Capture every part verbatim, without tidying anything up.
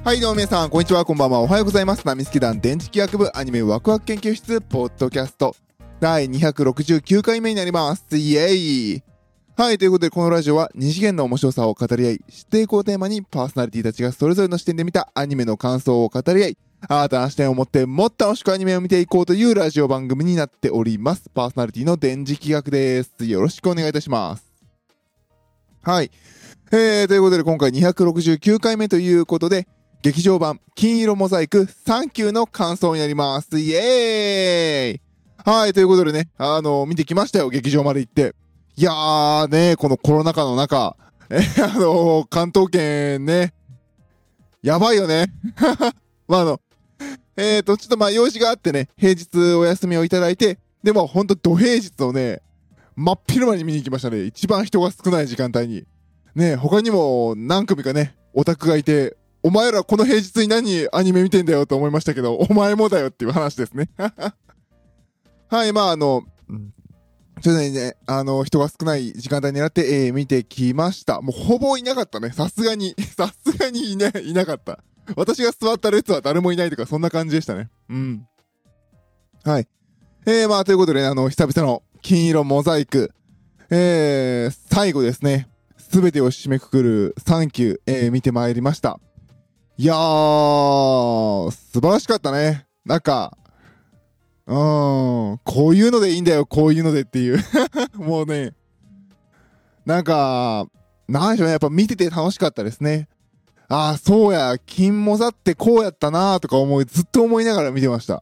はいどうも皆さんこんにちは、こんばんは、おはようございます。ナミスケ団電磁気学部アニメワクワク研究室ポッドキャストだいにひゃくろくじゅうきゅうかいめになります。イエーイ。はい、ということでこのラジオは二次元の面白さを語り合い、知っていこうテーマにパーソナリティたちがそれぞれの視点で見たアニメの感想を語り合い、新たな視点を持ってもっと楽しくアニメを見ていこうというラジオ番組になっております。パーソナリティの電磁気学です。よろしくお願いいたします。はい、えー、ということで今回にひゃくろくじゅうきゅうかいめということで、劇場版金色モザイクサンキューの感想になります。イエーイ。はい、ということでね、あのー、見てきましたよ、劇場まで行って。いやーね、このコロナ禍の中、えー、あのー、関東圏ね、やばいよね。まあ、あの、えーと、ちょっとまあ用事があってね、平日お休みをいただいて、でもほんと土平日をね、真っ昼間に見に行きましたね。一番人が少ない時間帯に。ね、他にも何組かね、オタクがいて、お前らこの平日に何アニメ見てんだよと思いましたけど、お前もだよっていう話ですね。はい、まああの、ちょっとね、あの、人が少ない時間帯狙って、えー、見てきました。もうほぼいなかったね。さすがに。さすがにいな、いなかった。私が座った列は誰もいないとか、そんな感じでしたね。うん。はい。えー、まあということでね、あの、久々の金色モザイク。えー、最後ですね。すべてを締めくくるサンキュー、えー、見てまいりました。いやー、素晴らしかったね。なんか、うーん、こういうのでいいんだよ、こういうのでっていう。もうね、なんか、なんでしょうね、やっぱ見てて楽しかったですね。ああ、そうや、金モザってこうやったなーとか思い、ずっと思いながら見てました。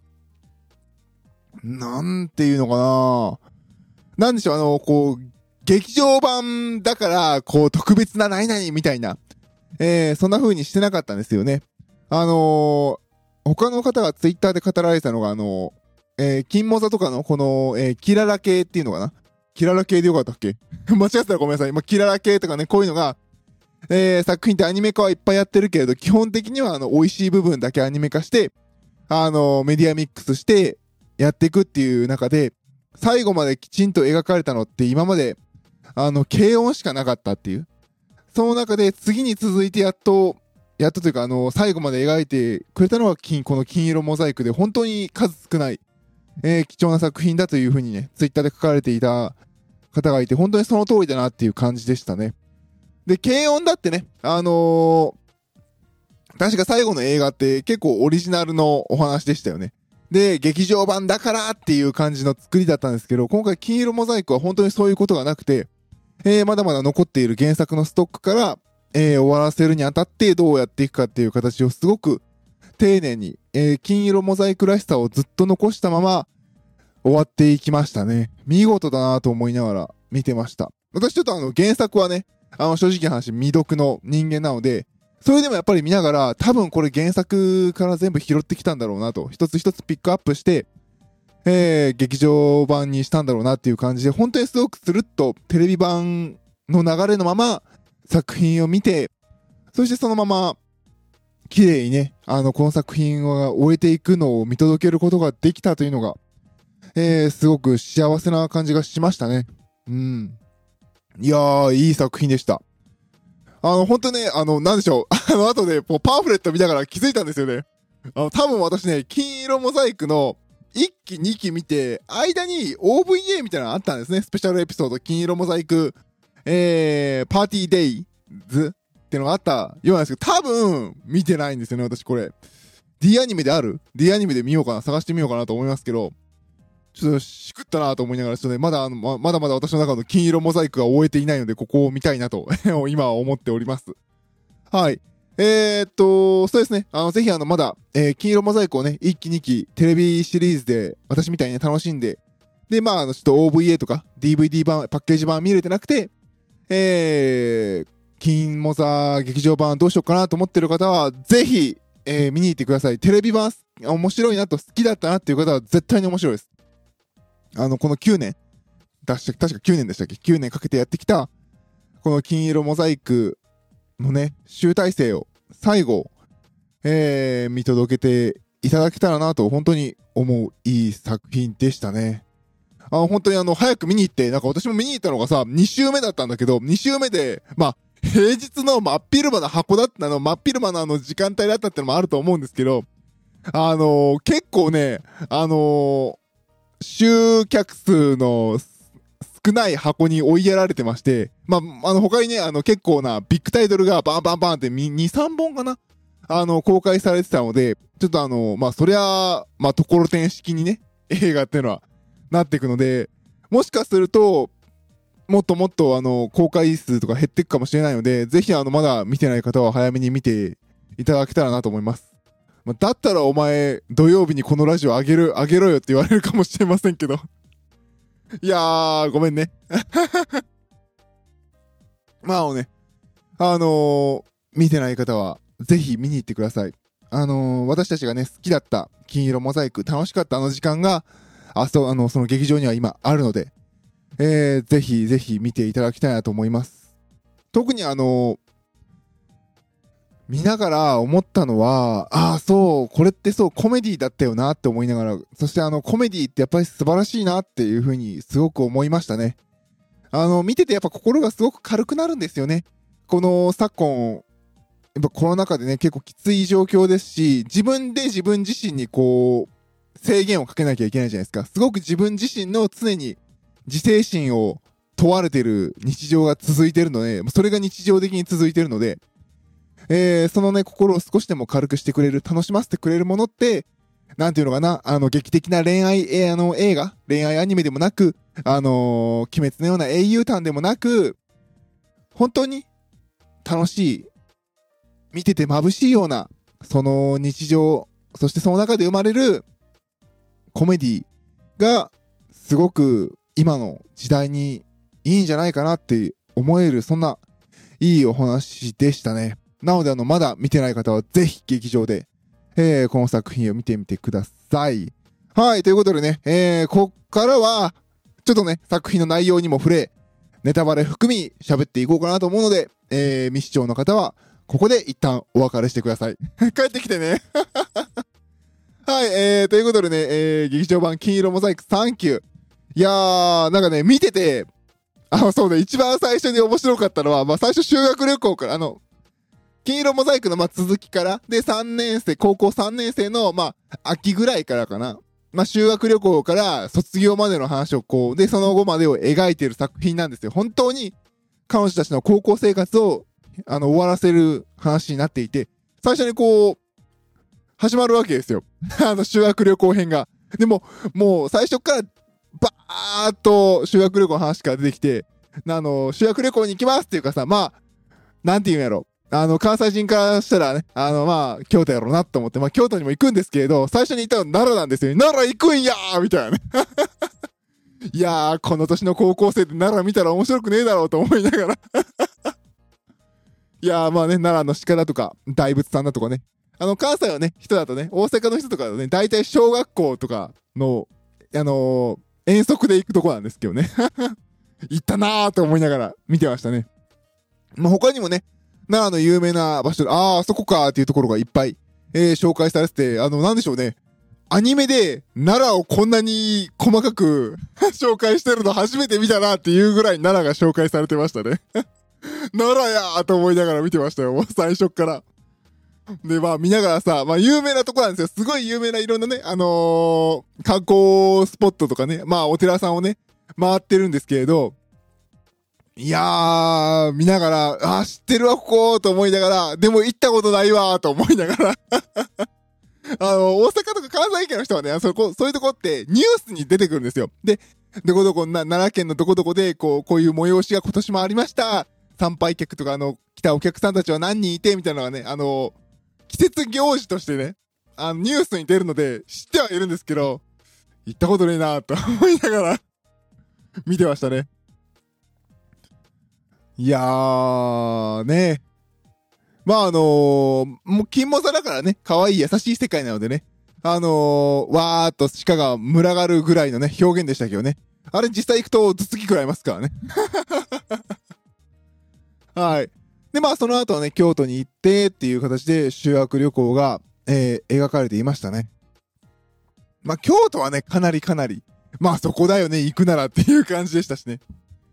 なんていうのかな、なんでしょう、あの、こう、劇場版だから、こう、特別な何々みたいな。えー、そんな風にしてなかったんですよね。あのー、他の方がツイッターで語られたのが、あのー、えー、金モザとかのこの、えー、キララ系っていうのかな、キララ系でよかったっけ間違ってたらごめんなさい。まあ、キララ系とかね、こういうのが、えー、作品ってアニメ化はいっぱいやってるけれど、基本的にはあの、美味しい部分だけアニメ化して、あのー、メディアミックスしてやっていくっていう中で、最後まできちんと描かれたのって今まで、あの、軽音しかなかったっていう。その中で次に続いてやっと、やっとというかあの、最後まで描いてくれたのは金、この金色モザイクで本当に数少ない、えー、貴重な作品だというふうにね、ツイッターで書かれていた方がいて、本当にその通りだなっていう感じでしたね。で、軽音だってね、あのー、確か最後の映画って結構オリジナルのお話でしたよね。で、劇場版だからっていう感じの作りだったんですけど、今回金色モザイクは本当にそういうことがなくて、えー、まだまだ残っている原作のストックから、えー、終わらせるにあたってどうやっていくかっていう形をすごく丁寧に、えー、金色モザイクらしさをずっと残したまま終わっていきましたね。見事だなと思いながら見てました。私ちょっとあの原作はね、あの正直な話未読の人間なので、それでもやっぱり見ながら多分これ原作から全部拾ってきたんだろうなと、一つ一つピックアップして、えー、劇場版にしたんだろうなっていう感じで、本当にすごくスルッとテレビ版の流れのまま作品を見て、そしてそのまま綺麗にね、あのこの作品を終えていくのを見届けることができたというのが、えー、すごく幸せな感じがしましたね。うん。いやー、いい作品でした。あの本当ね、あのなんでしょう、あの後でもうパンフレット見ながら気づいたんですよね。あの多分私ね、金色モザイクのいっきにき見て、間に オーブイエー みたいなのあったんですね。スペシャルエピソード、金色モザイク、えー、パーティーデイズってのがあったようなんですけど、多分、見てないんですよね、私これ。D アニメである ?D アニメで見ようかな、探してみようかなと思いますけど、ちょっとしくったなと思いながら、ちょっとね、まだあの、ま、まだまだ私の中の金色モザイクが終えていないので、ここを見たいなと、今は思っております。はい。えー、っと、そうですね。あの、ぜひあの、まだ、えー、金色モザイクをね、いっきにき、テレビシリーズで、私みたいにね、楽しんで、で、まあ、あの、ちょっと オーブイエー とか、ディーブイディー 版、パッケージ版見れてなくて、えー、金モザ劇場版どうしようかなと思ってる方は、ぜひ、えー、見に行ってください。テレビ版、面白いなと、好きだったなっていう方は、絶対に面白いです。あの、このきゅうねん、確かきゅうねんでしたっけ ?きゅう 年かけてやってきた、この金色モザイク、のね、集大成を最後、えー、見届けていただけたらなと本当に思ういい作品でしたね。あの本当にあの早く見に行って、なんか私も見に行ったのがさに週目だったんだけど、に週目でまあ平日の真っ昼間の箱だったの、真っ昼間のあの時間帯だったってのもあると思うんですけど、あのー、結構ね、あのー、集客数の少ない箱に追いやられてまして、まあ、あの他にね、あの結構なビッグタイトルがバンバンバンってに、さんぼんかなあの、公開されてたので、ちょっとあの、まあ、そりゃ、まあ、ところてん式にね、映画っていうのはなっていくので、もしかすると、もっともっとあの、公開数とか減っていくかもしれないので、ぜひあの、まだ見てない方は早めに見ていただけたらなと思います。まあ、だったらお前、土曜日にこのラジオ上げる、上げろよって言われるかもしれませんけど。いやー、ごめんね。まあね、あのー、見てない方は、ぜひ見に行ってください。あのー、私たちがね、好きだった金色モザイク、楽しかったあの時間が、あ、そう、あの、その劇場には今あるので、えー、ぜひぜひ見ていただきたいなと思います。特にあのー、見ながら思ったのは、ああ、そう、これってそう、コメディだったよなって思いながら、そしてあの、コメディってやっぱり素晴らしいなっていう風にすごく思いましたね。あの、見ててやっぱ心がすごく軽くなるんですよね。この昨今、やっぱコロナ禍でね、結構きつい状況ですし、自分で自分自身にこう、制限をかけなきゃいけないじゃないですか。すごく自分自身の常に自制心を問われてる日常が続いてるので、それが日常的に続いてるので、えー、そのね、心を少しでも軽くしてくれる、楽しませてくれるものって、なんていうのかな、あの、劇的な恋愛、えー、あの、映画、恋愛アニメでもなく、あのー、鬼滅のような英雄譚でもなく、本当に楽しい、見てて眩しいような、その日常、そしてその中で生まれるコメディが、すごく今の時代にいいんじゃないかなって思える、そんないいお話でしたね。なのであの、まだ見てない方はぜひ劇場で、えー、この作品を見てみてください。はい、ということでね、えー、こっからは、ちょっとね、作品の内容にも触れ、ネタバレ含み喋っていこうかなと思うので、えー、未視聴の方は、ここで一旦お別れしてください。帰ってきてね。はい、えー、ということでね、えー、劇場版金色モザイクサンキュー。いやー、なんかね、見てて、あ、そうね、一番最初に面白かったのは、まあ最初修学旅行から、あの、金色モザイクのまあ続きから、で、さんねん生、高校さんねん生の、まあ、秋ぐらいからかな。まあ、修学旅行から卒業までの話をこう、で、その後までを描いている作品なんですよ。本当に、彼女たちの高校生活を、あの、終わらせる話になっていて、最初にこう、始まるわけですよ。あの、修学旅行編が。でも、もう、最初から、バーっと修学旅行の話から出てきて、あの、修学旅行に行きますっていうかさ、まあ、なんて言うんやろ。あの、関西人からしたらね、あの、まあ、京都やろうなと思って、まあ、京都にも行くんですけれど、最初に行ったのは奈良なんですよ。奈良行くんやーみたいなね。いやー、この年の高校生で奈良見たら面白くねえだろうと思いながら。いやー、まあね、奈良の鹿だとか、大仏さんだとかね。あの、関西のね、人だとね、大阪の人とかだとね、大体小学校とかの、あのー、遠足で行くとこなんですけどね。行ったなーと思いながら見てましたね。まあ、他にもね、奈良の有名な場所で、あー、あそこかーっていうところがいっぱい、えー、紹介されてて、あの、なんでしょうね。アニメで奈良をこんなに細かく紹介してるの初めて見たなっていうぐらい奈良が紹介されてましたね。奈良やーと思いながら見てましたよ。もう最初っから。で、まあ見ながらさ、まあ有名なとこなんですよ。すごい有名ないろんなね、あのー、観光スポットとかね、まあお寺さんをね、回ってるんですけれど、いやー、見ながら、あー、知ってるわ、ここと思いながら、でも行ったことないわーと思いながら。あの、大阪とか関西圏の人はね、そこ、そういうとこってニュースに出てくるんですよ。で、どこどこな、奈良県のどこどこで、こう、こういう催しが今年もありました。参拝客とか、あの、来たお客さんたちは何人いて、みたいなのがね、あの、季節行事としてね、あの、ニュースに出るので、知ってはいるんですけど、行ったことねえなーと思いながら、見てましたね。いやー、ね。まああのー、もう金モザだからね、可愛い優しい世界なのでね。あのー、わーっと鹿が群がるぐらいのね、表現でしたけどね。あれ実際行くと頭突き食らいますからね。はい。で、まあその後はね、京都に行ってっていう形で修学旅行が、えー、描かれていましたね。まあ京都はね、かなりかなり、まあそこだよね、行くならっていう感じでしたしね。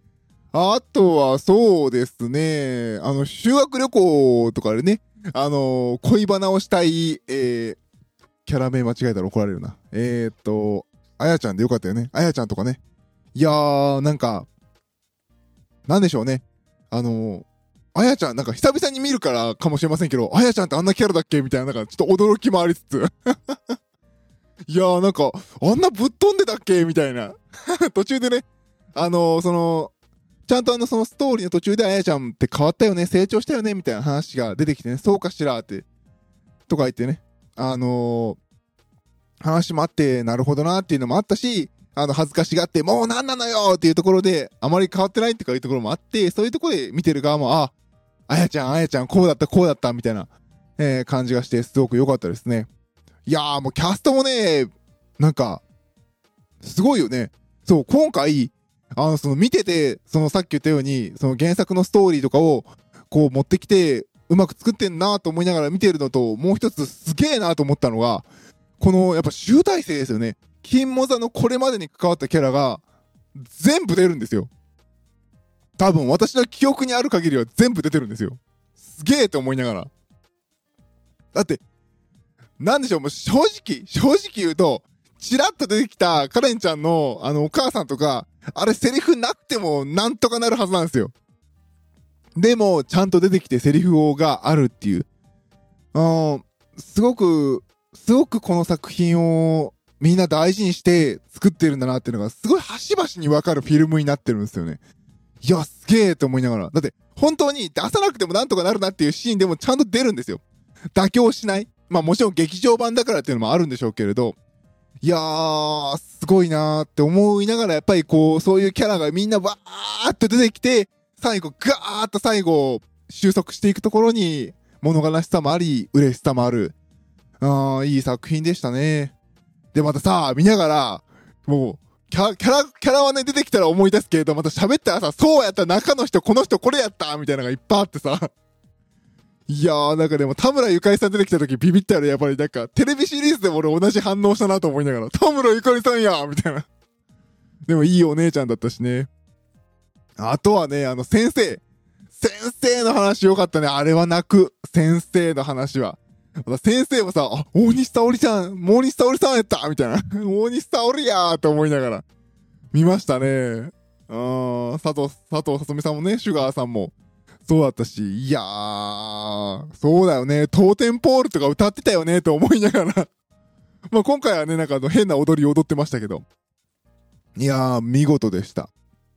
あとは、そうですね。あの、修学旅行とかでね、あのー恋バナをしたい、えー、キャラ名間違えたら怒られるな。えーっと、あやちゃんでよかったよね。あやちゃんとかね。いやー、なんか、なんでしょうね。あのー、あやちゃん、なんか久々に見るからかもしれませんけど、あやちゃんってあんなキャラだっけみたいな、なんかちょっと驚きもありつつ。いやー、なんか、あんなぶっ飛んでたっけみたいな。途中でね、あのー、その、ちゃんとあの、そのストーリーの途中であやちゃんって変わったよね、成長したよね、みたいな話が出てきてね、そうかしらって、とか言ってね、あのー、話もあって、なるほどなっていうのもあったし、あの、恥ずかしがって、もうなんなのよっていうところで、あまり変わってないっていうところもあって、そういうところで見てる側も、あ、あやちゃん、あやちゃん、こうだった、こうだった、みたいな、えー、感じがして、すごく良かったですね。いやー、もうキャストもね、なんか、すごいよね。そう、今回、あの、その見てて、そのさっき言ったように、その原作のストーリーとかを、こう持ってきて、うまく作ってんなと思いながら見てるのと、もう一つすげえなと思ったのが、この、やっぱ集大成ですよね。金モザのこれまでに関わったキャラが、全部出るんですよ。多分、私の記憶にある限りは全部出てるんですよ。すげえと思いながら。だって、なんでしょう、もう正直、正直言うと、チラッと出てきたカレンちゃんの、あの、お母さんとか、あれセリフなくてもなんとかなるはずなんですよ。でも、ちゃんと出てきてセリフがあるっていう。うん、すごく、すごくこの作品をみんな大事にして作ってるんだなっていうのが、すごい端々にわかるフィルムになってるんですよね。いや、すげえと思いながら。だって、本当に出さなくてもなんとかなるなっていうシーンでもちゃんと出るんですよ。妥協しない。まあもちろん劇場版だからっていうのもあるんでしょうけれど、いやー、すごいなーって思いながら、やっぱりこう、そういうキャラがみんなわーっと出てきて、最後、ガーッと最後、収束していくところに、物悲しさもあり、嬉しさもある。あー、いい作品でしたね。で、またさ、見ながら、もう、キャキャラ、キャラはね、出てきたら思い出すけれど、また喋ったらさ、そうやった、中の人、この人、これやったみたいなのがいっぱいあってさ。いやー、なんかでも、田村ゆかりさん出てきた時ビビったよね、やっぱりなんか、テレビシリーズでも俺同じ反応したなと思いながら、田村ゆかりさんやみたいな。でもいいお姉ちゃんだったしね。あとはね、あの、先生。先生の話よかったね。あれは泣く。先生の話は。先生もさ、あ、大西沙織ちゃん、大西沙織さんやったみたいな。大西沙織やーと思いながら、見ましたね。うーん、佐藤、佐藤さとみさんもね、シュガーさんも、そうだったし、いやー、そうだよね、トーテンポールとか歌ってたよね、と思いながら。まあ今回はね、なんかあの変な踊り踊ってましたけど。いやー、見事でした。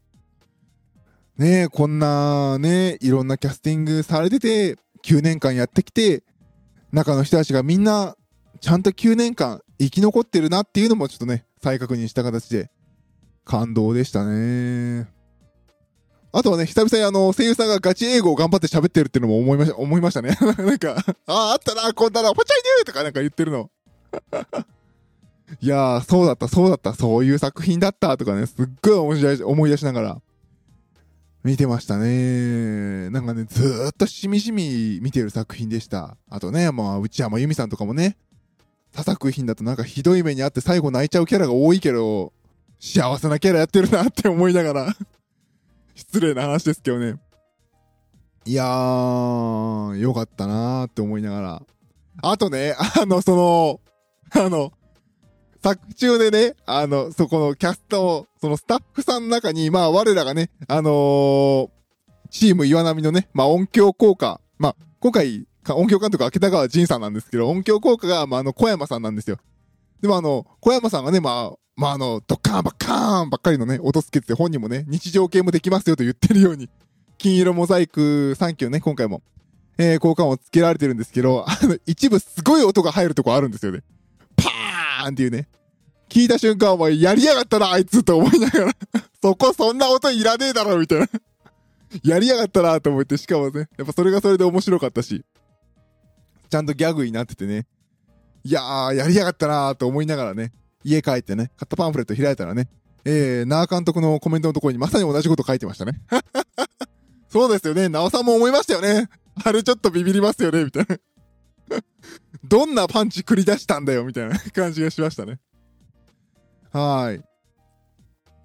ねえ、こんなね、いろんなキャスティングされてて、きゅうねんかんやってきて、中の人たちがみんな、ちゃんときゅうねんかん生き残ってるなっていうのもちょっとね、再確認した形で、感動でしたね。あとはね、久々にあの、声優さんがガチ英語を頑張って喋ってるっていうのも思いました、思いましたね。なんか、ああ、あったな、こんなの、ポチャイニューとかなんか言ってるの。いやー、そうだった、そうだった、そういう作品だったとかね、すっごい思い出し、思い出しながら、見てましたね。なんかね、ずーっとしみじみ見てる作品でした。あとね、まあ、内山由美さんとかもね、他作品だとなんかひどい目にあって最後泣いちゃうキャラが多いけど、幸せなキャラやってるなって思いながら、失礼な話ですけどね。いやー、よかったなーって思いながら。あとね、あの、その、あの、作中でね、あの、そこのキャスト、そのスタッフさんの中に、まあ我らがね、あのー、チーム岩波のね、まあ音響効果、まあ今回、音響監督は芥川仁さんなんですけど、音響効果が、まああの、小山さんなんですよ。でもあの、小山さんがね、まあ、まああの、ドッカーンバッカーンばっかりのね、音つけてて本人もね、日常系もできますよと言ってるように、金色モザイクさんきをね、今回も、えー、効果音をつけられてるんですけど、あの、一部すごい音が入るとこあるんですよね。パーンっていうね。聞いた瞬間、お前やりやがったな、あいつと思いながら、そこそんな音いらねえだろ、みたいな。やりやがったなと思って、しかもね、やっぱそれがそれで面白かったし、ちゃんとギャグになっててね、いやー、やりやがったなと思いながらね、家帰ってね、買ったパンフレット開いたらね、えー、なー監督のコメントのところにまさに同じこと書いてましたね。そうですよね、なおさんも思いましたよね。あれちょっとビビりますよね、みたいな。どんなパンチ繰り出したんだよ、みたいな感じがしましたね。はーい。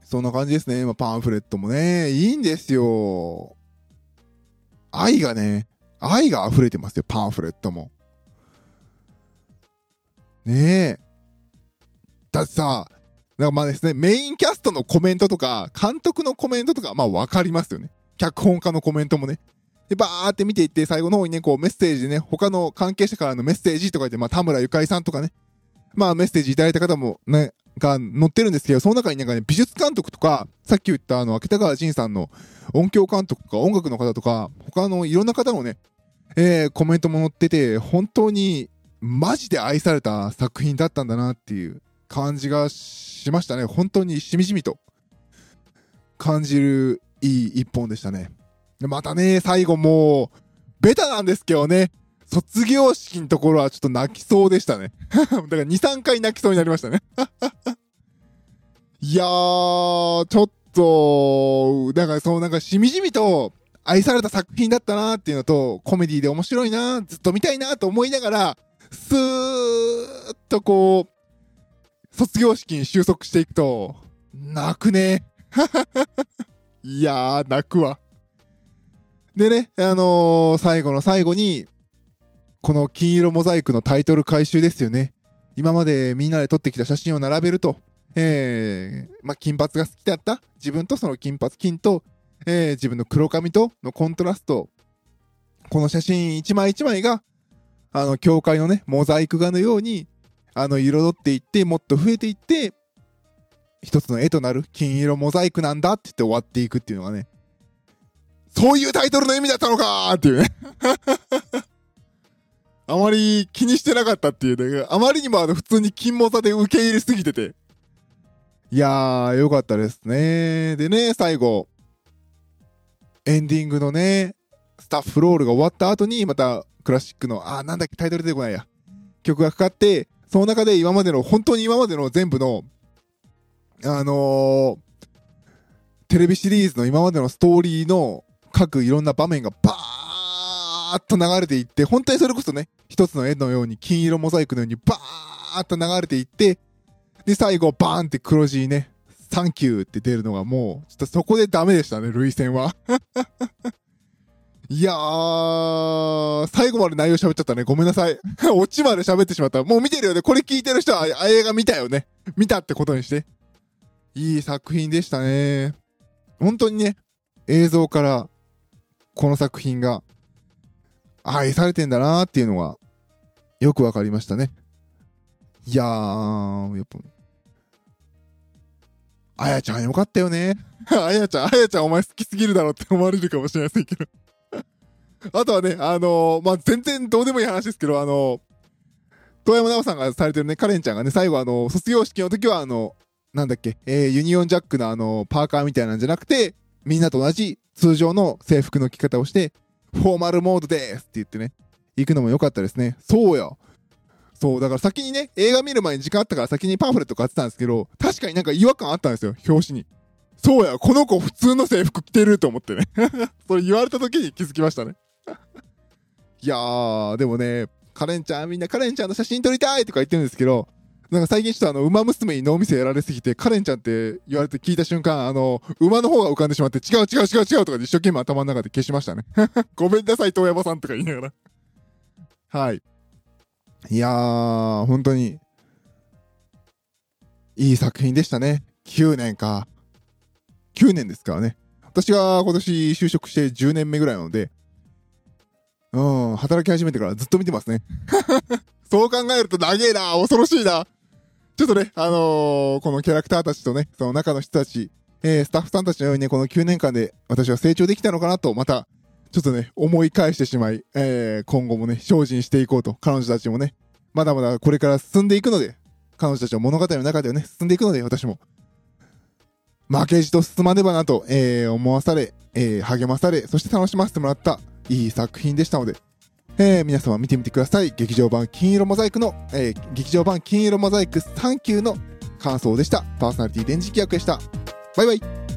そんな感じですね。まあ、パンフレットもね、いいんですよ。愛がね、愛が溢れてますよ、パンフレットも。ねえ。だってさ、なんかまあですね、メインキャストのコメントとか、監督のコメントとか、まあわかりますよね。脚本家のコメントもね。で、バーって見ていって、最後の方にね、こうメッセージでね、他の関係者からのメッセージとか言って、まあ田村ゆかりさんとかね、まあメッセージいただいた方もね、が載ってるんですけど、その中になんかね、美術監督とか、さっき言ったあの、芥川仁さんの音響監督とか音楽の方とか、他のいろんな方のね、えー、コメントも載ってて、本当にマジで愛された作品だったんだなっていう感じがしましたね。本当にしみじみと感じるいい一本でしたね。でまたね、最後もう、ベタなんですけどね、卒業式のところはちょっと泣きそうでしたね。だからに、さんかい泣きそうになりましたね。いやー、ちょっと、なんかそう、なんかしみじみと愛された作品だったなーっていうのと、コメディで面白いなー、ずっと見たいなーと思いながら、スーッとこう、卒業式に収束していくと、泣くね。いやー、泣くわ。でね、あのー、最後の最後に、この金色モザイクのタイトル回収ですよね。今までみんなで撮ってきた写真を並べると、えー、まあ、金髪が好きだった自分とその金髪金と、えー、自分の黒髪とのコントラスト、この写真一枚一枚が、あの、教会のね、モザイク画のように、あの、彩っていって、もっと増えていって、一つの絵となる金色モザイクなんだって言って終わっていくっていうのがね、そういうタイトルの意味だったのかーっていうね。あまり気にしてなかったっていうね、あまりにもあの普通に金モザで受け入れすぎてて。いやー、よかったですね。でね、最後、エンディングのね、スタッフロールが終わった後に、またクラシックの、あーなんだっけタイトル出てこないや。曲がかかって、その中で今までの、本当に今までの全部の、あのー、テレビシリーズの今までのストーリーの各いろんな場面がバーッと流れていって、本当にそれこそね、一つの絵のように金色モザイクのようにバーッと流れていって、で、最後バーンって黒字ね、サンキューって出るのがもう、ちょっとそこでダメでしたね、涙腺は。いやー、最後まで内容喋っちゃったね。ごめんなさい。オチまで喋ってしまった。もう見てるよね。これ聞いてる人は映画見たよね。見たってことにして。いい作品でしたね。本当にね、映像からこの作品が愛されてんだなーっていうのがよくわかりましたね。いやー、やっぱ、あやちゃんよかったよね。あやちゃん、あやちゃんお前好きすぎるだろって思われるかもしれませんけど。あとはね、あのー、まあ、全然どうでもいい話ですけど、あのー、遠山奈緒さんがされてるね、カレンちゃんがね、最後あのー、卒業式の時はあのー、なんだっけ、えー、ユニオンジャックのあのー、パーカーみたいなんじゃなくて、みんなと同じ通常の制服の着方をして、フォーマルモードでーすって言ってね、行くのも良かったですね。そうや。そう、だから先にね、映画見る前に時間あったから先にパンフレット買ってたんですけど、確かになんか違和感あったんですよ、表紙に。そうや、この子普通の制服着てると思ってね。それ言われた時に気づきましたね。いやー、でもね、カレンちゃん、みんなカレンちゃんの写真撮りたいとか言ってるんですけど、なんか最近ちょっとあの、馬娘に脳みそやられすぎて、カレンちゃんって言われて聞いた瞬間、あの、馬の方が浮かんでしまって、違う違う違う違うとかで一生懸命頭の中で消しましたね。ごめんなさい、遠山さんとか言いながら。はい。いやー、本当に、いい作品でしたね。きゅうねんか。きゅうねんですからね。私が今年就職してじゅうねんめぐらいなので、うん、働き始めてからずっと見てますね。そう考えると長えな、恐ろしいな。ちょっとね、あのー、このキャラクターたちとね、その中の人たち、えー、スタッフさんたちのようにね、このきゅうねんかんで私は成長できたのかなと、また、ちょっとね、思い返してしまい、えー、今後もね、精進していこうと、彼女たちもね、まだまだこれから進んでいくので、彼女たちの物語の中ではね、進んでいくので、私も、負けじと進まねばなと、えー、思わされ、えー、励まされ、そして楽しませてもらったいい作品でしたので、えー、皆様見てみてください。劇場版金色モザイクの、えー、劇場版金色モザイクサンキューの感想でした。パーソナリティ電磁気役でした。バイバイ。